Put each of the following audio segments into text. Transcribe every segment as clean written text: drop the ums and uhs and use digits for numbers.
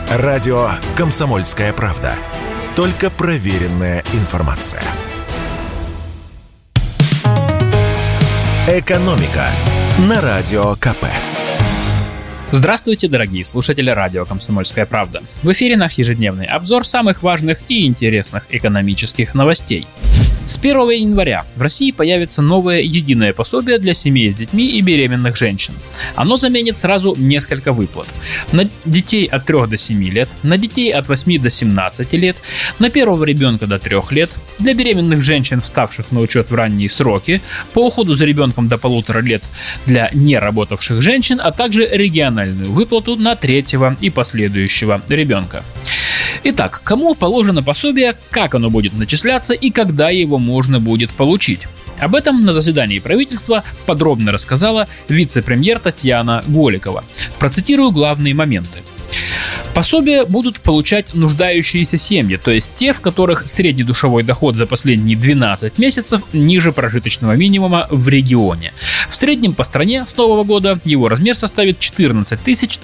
Радио «Комсомольская правда». Только проверенная информация. «Экономика» на Радио КП. Здравствуйте, дорогие слушатели радио «Комсомольская правда». В эфире наш ежедневный обзор самых важных и интересных экономических новостей. С 1 января в России появится новое единое пособие для семей с детьми и беременных женщин. Оно заменит сразу несколько выплат. На детей от 3 до 7 лет, на детей от 8 до 17 лет, на первого ребенка до 3 лет, для беременных женщин, вставших на учет в ранние сроки, по уходу за ребенком до 1,5 лет для неработавших женщин, а также региональную выплату на 3-го и последующего ребенка. Итак, кому положено пособие, как оно будет начисляться и когда его можно будет получить? Об этом на заседании правительства подробно рассказала вице-премьер Татьяна Голикова. Процитирую главные моменты. Пособие будут получать нуждающиеся семьи, то есть те, в которых средний душевой доход за последние 12 месяцев ниже прожиточного минимума в регионе. В среднем по стране с нового года его размер составит 14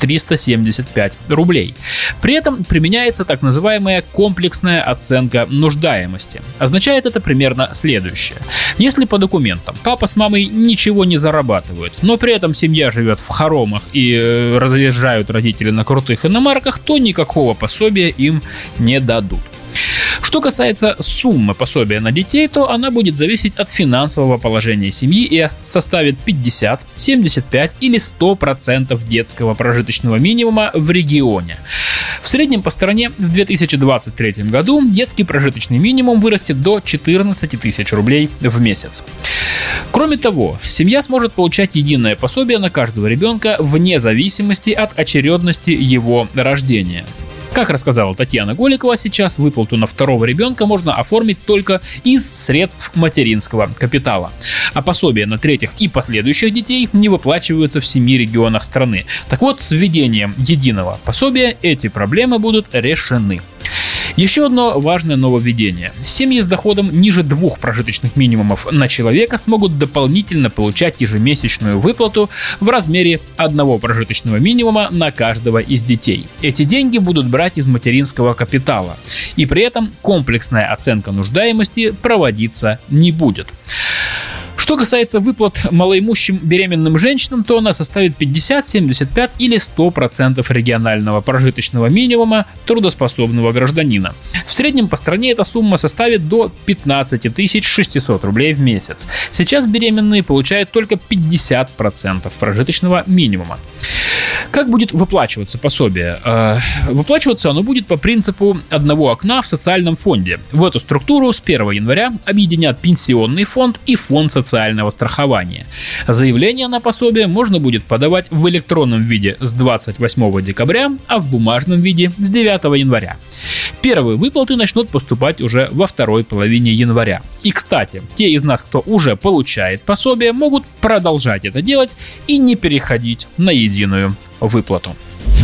375 рублей. При этом применяется так называемая комплексная оценка нуждаемости. Означает это примерно следующее. Если по документам папа с мамой ничего не зарабатывают, но при этом семья живет в хоромах и разъезжают родители на крутых иномарках, то никакого пособия им не дадут. Что касается суммы пособия на детей, то она будет зависеть от финансового положения семьи и составит 50, 75 или 100% детского прожиточного минимума в регионе. В среднем по стране в 2023 году детский прожиточный минимум вырастет до 14 тысяч рублей в месяц. Кроме того, семья сможет получать единое пособие на каждого ребенка вне зависимости от очередности его рождения. Как рассказала Татьяна Голикова, сейчас выплату на 2-го ребенка можно оформить только из средств материнского капитала. А пособия на 3-х и последующих детей не выплачиваются в 7 регионах страны. Так вот, с введением единого пособия эти проблемы будут решены. Еще одно важное нововведение. Семьи с доходом ниже 2 прожиточных минимумов на человека смогут дополнительно получать ежемесячную выплату в размере 1 прожиточного минимума на каждого из детей. Эти деньги будут брать из материнского капитала. И при этом комплексная оценка нуждаемости проводиться не будет. Что касается выплат малоимущим беременным женщинам, то она составит 50, 75 или 100% регионального прожиточного минимума трудоспособного гражданина. В среднем по стране эта сумма составит до 15 600 рублей в месяц. Сейчас беременные получают только 50% прожиточного минимума. Как будет выплачиваться пособие? Выплачиваться оно будет по принципу одного окна в социальном фонде. В эту структуру с 1 января объединят пенсионный фонд и фонд социального страхования. Заявление на пособие можно будет подавать в электронном виде с 28 декабря, а в бумажном виде с 9 января. Первые выплаты начнут поступать уже во второй половине января. И, кстати, те из нас, кто уже получает пособие, могут продолжать это делать и не переходить на единую выплату.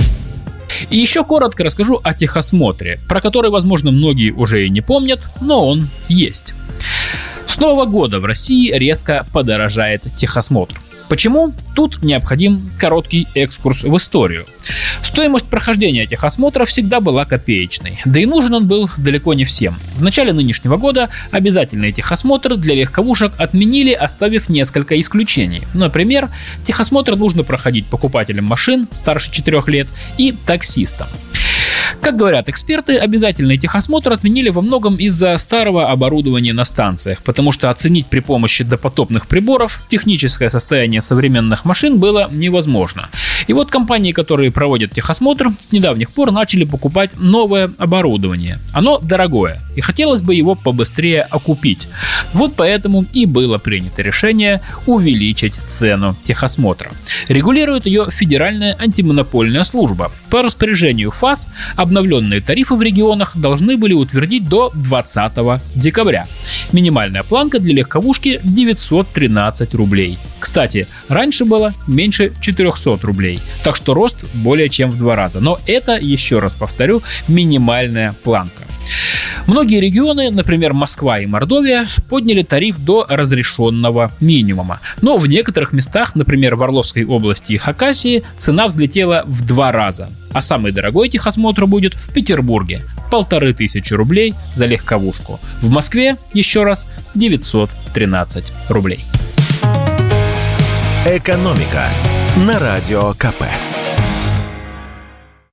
И еще коротко расскажу о техосмотре, про который, возможно, многие уже и не помнят, но он есть. С Нового года в России резко подорожает техосмотр. Почему? Тут необходим короткий экскурс в историю. Стоимость прохождения техосмотра всегда была копеечной, да и нужен он был далеко не всем. В начале нынешнего года обязательный техосмотр для легковушек отменили, оставив несколько исключений. Например, техосмотр нужно проходить покупателям машин старше 4 лет и таксистам. Как говорят эксперты, обязательный техосмотр отменили во многом из-за старого оборудования на станциях, потому что оценить при помощи допотопных приборов техническое состояние современных машин было невозможно. И вот компании, которые проводят техосмотр, с недавних пор начали покупать новое оборудование. Оно дорогое, и хотелось бы его побыстрее окупить. Вот поэтому и было принято решение увеличить цену техосмотра. Регулирует ее Федеральная антимонопольная служба. По распоряжению ФАС обновленные тарифы в регионах должны были утвердить до 20 декабря. Минимальная планка для легковушки 913 рублей. Кстати, раньше было меньше 400 рублей, так что рост более чем в 2 раза. Но это, еще раз повторю, минимальная планка. Многие регионы, например, Москва и Мордовия, подняли тариф до разрешенного минимума. Но в некоторых местах, например, в Орловской области и Хакасии, цена взлетела в 2 раза. А самый дорогой техосмотр будет в Петербурге – 1500 рублей за легковушку. В Москве, еще раз, 913 рублей. «Экономика» на Радио КП.